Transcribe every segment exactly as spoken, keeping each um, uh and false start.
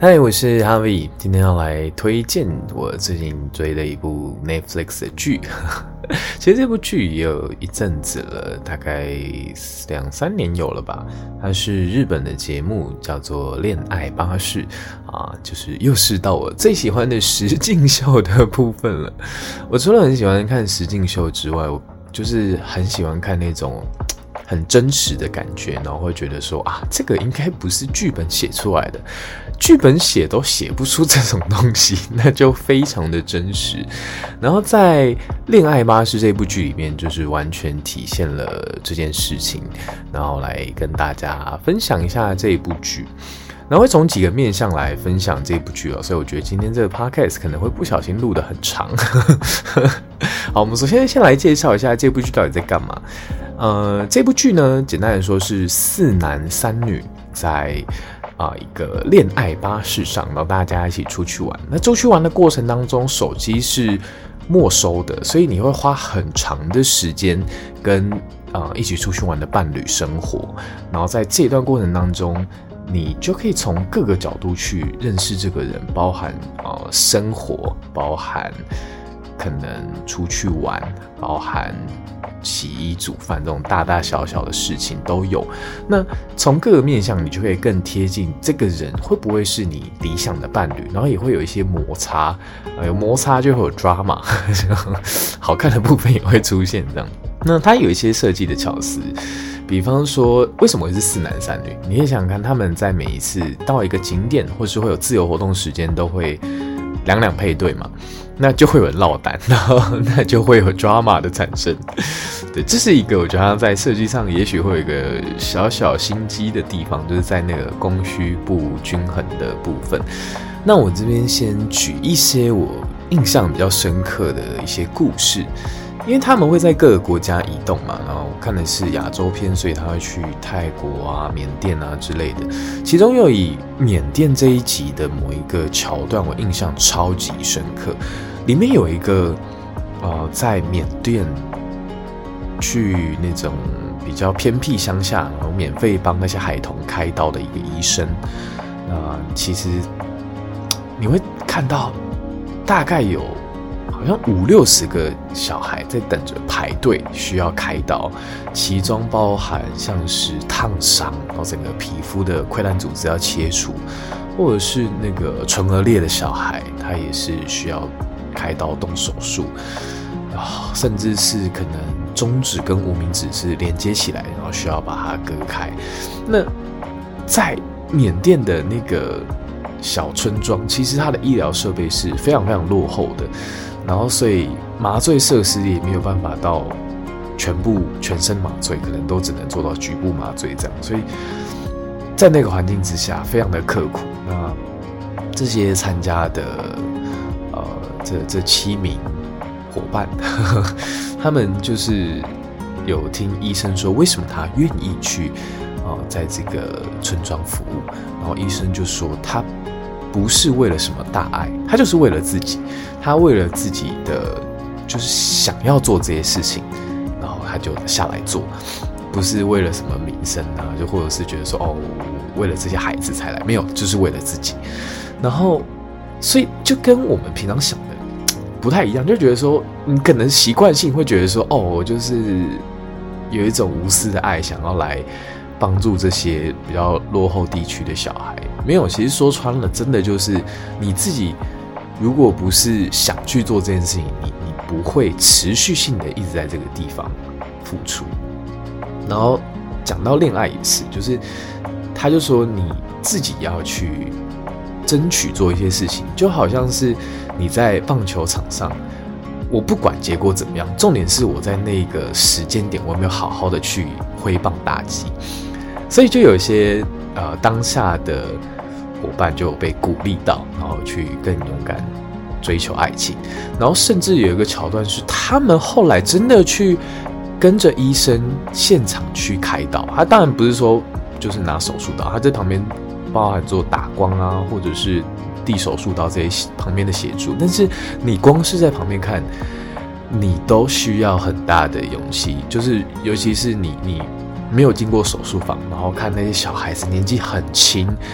嗨，我是 Harvey， 今天要来推荐我最近追的一部 Netflix 的剧。其实这部剧也有一阵子了，大概两三年有了吧。它是日本的节目，叫做《恋爱巴士》啊，就是又是到我最喜欢的实境秀的部分了。我除了很喜欢看实境秀之外，我就是很喜欢看那种很真实的感觉，然后会觉得说啊，这个应该不是剧本写出来的，剧本写都写不出这种东西，那就非常的真实。然后在《恋爱巴士》这部剧里面，就是完全体现了这件事情，然后来跟大家分享一下这一部剧。然后会从几个面向来分享这部剧哦，所以我觉得今天这个 podcast 可能会不小心录得很长。好，我们首先先来介绍一下这部剧到底在干嘛。呃，这部剧呢，简单来说是四男三女在啊、呃、一个恋爱巴士上，然后大家一起出去玩。那出去玩的过程当中，手机是没收的，所以你会花很长的时间跟啊、呃、一起出去玩的伴侣生活。然后在这段过程当中，你就可以从各个角度去认识这个人，包含呃生活，包含可能出去玩，包含洗衣煮饭这种大大小小的事情都有。那从各个面向，你就可以更贴近这个人会不会是你理想的伴侣，然后也会有一些摩擦，呃、有摩擦就会有 drama， 好看的部分也会出现这样。那它有一些设计的巧思。比方说，为什么会是四男三女？你可以想想看，他们在每一次到一个景点，或是会有自由活动时间，都会两两配对嘛，那就会有人落单，然后那就会有 drama 的产生。对，这是一个我觉得它在设计上也许会有一个小小心机的地方，就是在那个供需不均衡的部分。那我这边先举一些我印象比较深刻的一些故事。因为他们会在各个国家移动嘛，然后我看的是亚洲篇，所以他会去泰国啊、缅甸啊之类的。其中又以缅甸这一集的某一个桥段，我印象超级深刻。里面有一个呃，在缅甸去那种比较偏僻乡下，然后免费帮那些孩童开刀的一个医生。那、呃、其实你会看到大概有好像五六十个小孩在等着排队需要开刀，其中包含像是烫伤，然后整个皮肤的溃烂组织要切除，或者是那个唇腭裂的小孩，他也是需要开刀动手术，甚至是可能中指跟无名指是连接起来，然后需要把它割开。那在缅甸的那个小村庄，其实它的医疗设备是非常非常落后的。然后，所以麻醉设施也没有办法到全部全身麻醉，可能都只能做到局部麻醉这样。所以在那个环境之下，非常的刻苦。那这些参加的呃这这七名伙伴，呵呵他们就是有听医生说，为什么他愿意去啊、呃、在这个村庄服务，然后医生就说他不是为了什么大爱，他就是为了自己，他为了自己的就是想要做这些事情，然后他就下来做，不是为了什么名声啊，就或者是觉得说哦，为了这些孩子才来，没有，就是为了自己。然后，所以就跟我们平常想的不太一样，就觉得说，你可能习惯性会觉得说，哦，我就是有一种无私的爱，想要来帮助这些比较落后地区的小孩。没有，其实说穿了，真的就是你自己，如果不是想去做这件事情，你你不会持续性的一直在这个地方付出。然后讲到恋爱也是，就是他就说你自己要去争取做一些事情，就好像是你在棒球场上，我不管结果怎么样，重点是我在那个时间点，我有没有好好的去挥棒打击。所以就有一些呃当下的伙伴就被鼓励到，然后去更勇敢追求爱情。然后甚至有一个桥段是，他们后来真的去跟着医生现场去开刀。他当然不是说就是拿手术刀，他在旁边包含做打光啊，或者是递手术刀这些旁边的协助。但是你光是在旁边看，你都需要很大的勇气，就是尤其是你你没有经过手术房，然后看那些小孩子年纪很轻，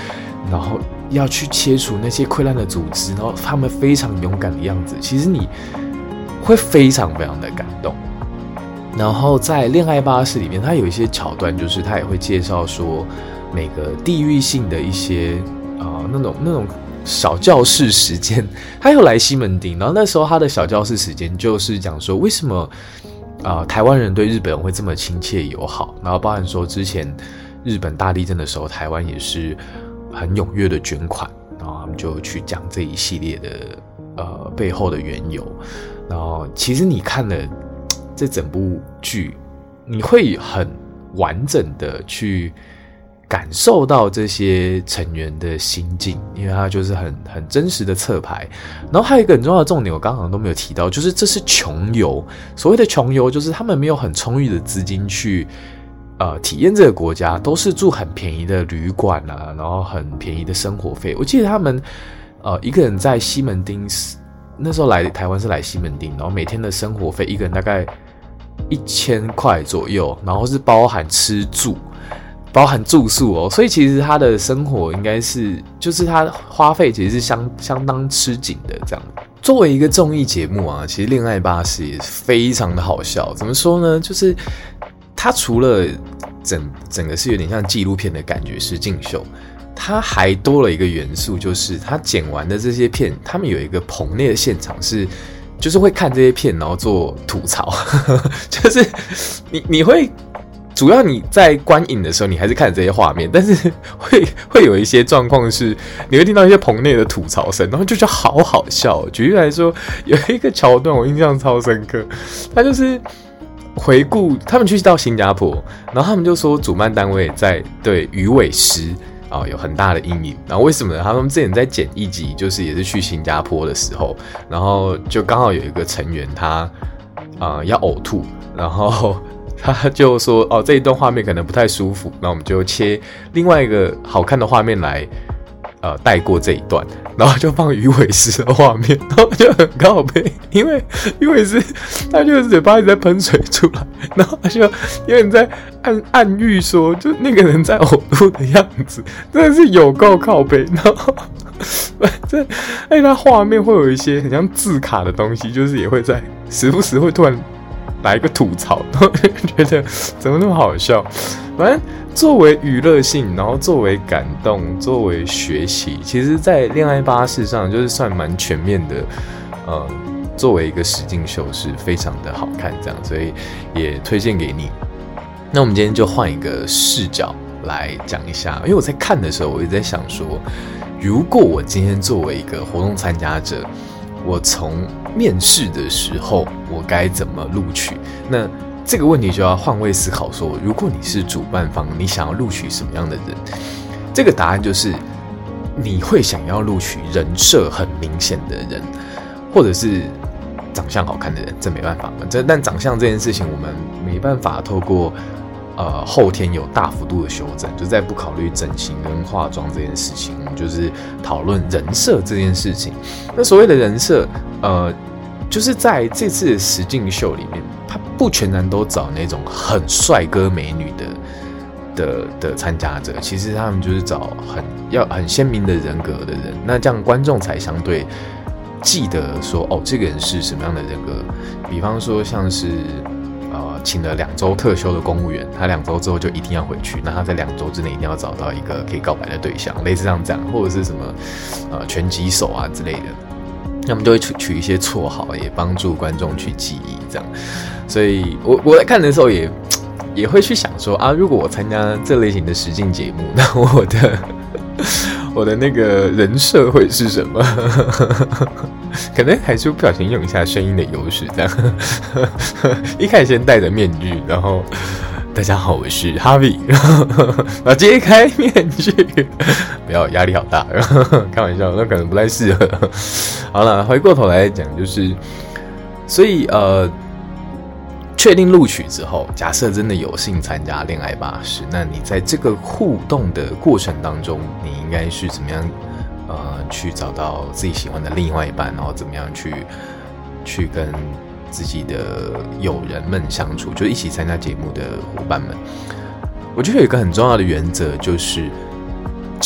然后要去切除那些溃烂的组织，然后他们非常勇敢的样子，其实你会非常非常的感动。然后在《恋爱巴士》里面，它有一些桥段，就是它也会介绍说每个地域性的一些啊、呃、那种那种小教室时间，他又来西门町，然后那时候他的小教室时间就是讲说为什么啊、呃、台湾人对日本人会这么亲切友好，然后包含说之前日本大地震的时候，台湾也是很踊跃的捐款，然后他们就去讲这一系列的呃背后的缘由，然后其实你看了这整部剧，你会很完整的去感受到这些成员的心境，因为它就是很很真实的侧拍。然后还有一个很重要的重点，我刚刚都没有提到，就是这是穷游。所谓的穷游，就是他们没有很充裕的资金去呃体验这个国家，都是住很便宜的旅馆啊，然后很便宜的生活费。我记得他们呃一个人在西门町，那时候来台湾是来西门町，然后每天的生活费一个人大概一千块左右，然后是包含吃住。包含住宿哦，所以其实他的生活应该是，就是他花费其实是相相当吃紧的这样。作为一个综艺节目啊，其实《恋爱巴士》也非常的好笑。怎么说呢？就是它除了整整个是有点像纪录片的感觉，实境秀，它还多了一个元素，就是他剪完的这些片，他们有一个棚内的现场是。就是会看这些片，然后做吐槽，就是你你会。主要你在观影的时候，你还是看这些画面，但是会会有一些状况是，你会听到一些棚内的吐槽声，然后就觉得好好笑。举例来说，有一个桥段我印象超深刻，他就是回顾他们去到新加坡，然后他们就说主办单位在对鱼尾狮啊、哦、有很大的阴影，然后为什么呢？他们之前在剪一集，就是也是去新加坡的时候，然后就刚好有一个成员他啊、呃、要呕吐，然后。他就说：“哦，这一段画面可能不太舒服，那我们就切另外一个好看的画面来，呃，带过这一段，然后就放鱼尾狮的画面，然后就很靠北，因为鱼尾狮他就是嘴巴一直在喷水出来，然后他就有点在暗暗喻说，就那个人在呕吐的样子，真的是有够靠北，然后。”这，而且他画面会有一些很像字卡的东西，就是也会在时不时会突然。来一个吐槽，然后觉得怎么那么好笑？反正作为娱乐性，然后作为感动，作为学习，其实，在《恋爱巴士》上就是算蛮全面的。呃，作为一个实境秀是非常的好看，这样，所以也推荐给你。那我们今天就换一个视角来讲一下，因为我在看的时候，我一直在想说，如果我今天作为一个活动参加者。我从面试的时候，我该怎么录取？那这个问题就要换位思考说，如果你是主办方，你想要录取什么样的人？这个答案就是，你会想要录取人设很明显的人，或者是长相好看的人。这没办法，这但长相这件事情，我们没办法透过。呃，后天有大幅度的修正，就在不考虑整形跟化妆这件事情，我们就是讨论人设这件事情。那所谓的人设，呃，就是在这次的实境秀里面，他不全然都找那种很帅哥美女的的的参加者，其实他们就是找很要很鲜明的人格的人，那这样观众才相对记得说，哦，这个人是什么样的人格。比方说像是。呃，请了两周特休的公务员，他两周之后就一定要回去。那他在两周之内一定要找到一个可以告白的对象，类似像这样，或者是什么呃拳击手啊之类的，他们就会取取一些绰号，也帮助观众去记忆这样。所以我我在看的时候也也会去想说啊，如果我参加这类型的实境节目，那我的我的那个人设会是什么？可能还是不小心用一下声音的优势，这样。一开始先戴着面具，然后大家好，我是 Harvey， 然后揭开面具，不要压力好大，开玩笑，那可能不太适合。好了，回过头来讲，就是所以呃。确定录取之后，假设真的有幸参加恋爱巴士，那你在这个互动的过程当中，你应该是怎么样呃去找到自己喜欢的另外一半，然后怎么样去去跟自己的友人们相处，就一起参加节目的伙伴们。我觉得有一个很重要的原则，就是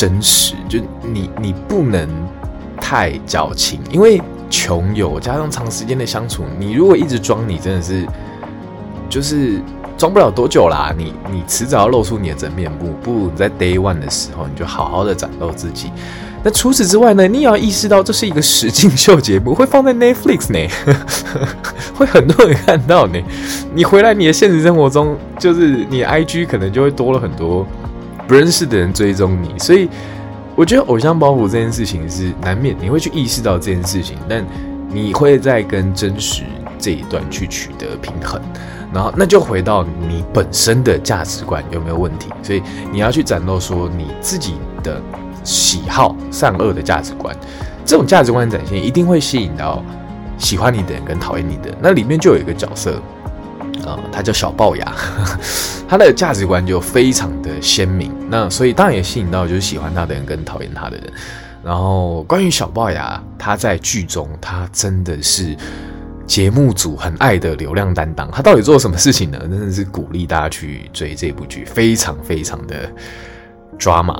真实，就你你不能太矫情，因为穷游加上长时间的相处，你如果一直装，你真的是就是装不了多久啦。你你迟早要露出你的真面目，不如你在 day one 的时候，你就好好的展露自己。那除此之外呢，你也要意识到这是一个实境秀节目，会放在 Netflix 呢，会很多人看到呢。你回来你的现实生活中，就是你的 I G 可能就会多了很多不认识的人追踪你，所以我觉得偶像包袱这件事情是难免，你会去意识到这件事情，但你会在跟真实这一段去取得平衡，然后那就回到你本身的价值观有没有问题，所以你要去展露说你自己的喜好、善恶的价值观，这种价值观展现一定会吸引到喜欢你的人跟讨厌你的人。那里面就有一个角色，呃，他叫小龅牙，他的价值观就非常的鲜明。那所以当然也吸引到就是喜欢他的人跟讨厌他的人。然后关于小龅牙，他在剧中他真的是节目组很爱的流量担当。他到底做了什么事情呢？真的是鼓励大家去追这部剧，非常非常的drama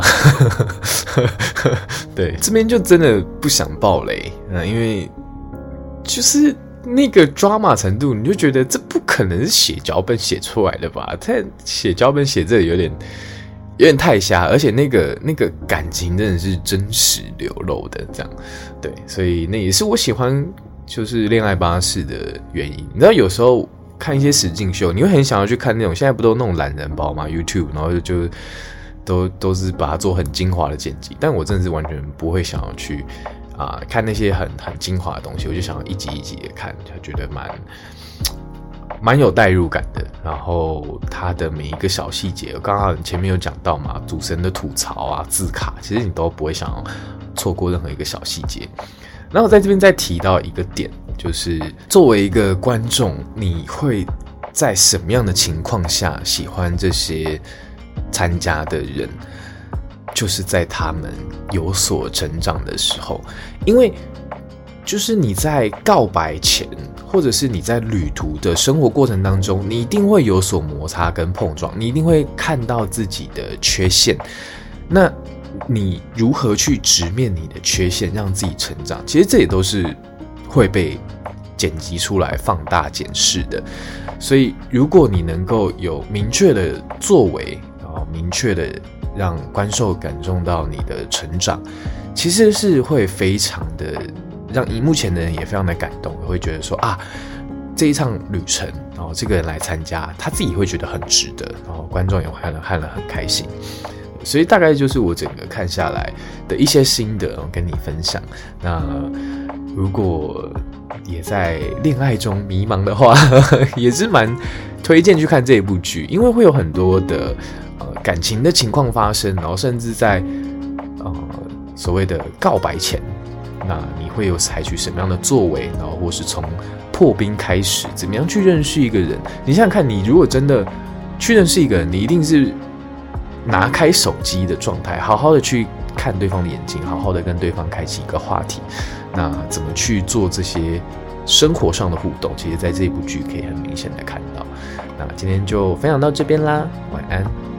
对，这边就真的不想爆雷，嗯，因为就是那个 drama 程度，你就觉得这不可能是写脚本写出来的吧？他写脚本写这有点有点太瞎，而且那个那个感情真的是真实流露的，这样对，所以那也是我喜欢就是恋爱巴士的原因。你知道有时候看一些实境秀，你会很想要去看那种现在不都那种懒人包嘛 ，YouTube， 然后就就都都是把它做很精华的剪辑，但我真的是完全不会想要去啊、呃、看那些很很精华的东西，我就想要一集一集的看，就觉得蛮蛮有代入感的。然后它的每一个小细节，刚刚前面有讲到嘛，主持人的吐槽啊、字卡，其实你都不会想要错过任何一个小细节。然后我在这边再提到一个点，就是作为一个观众，你会在什么样的情况下喜欢这些参加的人？就是在他们有所成长的时候，因为就是你在告白前，或者是你在旅途的生活过程当中，你一定会有所摩擦跟碰撞，你一定会看到自己的缺陷。那你如何去直面你的缺陷，让自己成长？其实这也都是会被剪辑出来、放大检视的。所以，如果你能够有明确的作为，然后明确的让观众感受到你的成长，其实是会非常的让荧幕前的人也非常的感动，会觉得说啊，这一场旅程，然后这个人来参加，他自己会觉得很值得，然后观众也看了看了很开心。所以大概就是我整个看下来的一些心得跟你分享。那如果也在恋爱中迷茫的话，也是蛮推荐去看这一部剧，因为会有很多的呃感情的情况发生，然后甚至在呃所谓的告白前，那你会有采取什么样的作为，然后或是从破冰开始，怎么样去认识一个人？你想想看，你如果真的去认识一个人，你一定是拿开手机的状态，好好的去看对方的眼睛，好好的跟对方开启一个话题。那怎么去做这些生活上的互动？其实在这部剧可以很明显的看到。那今天就分享到这边啦，晚安。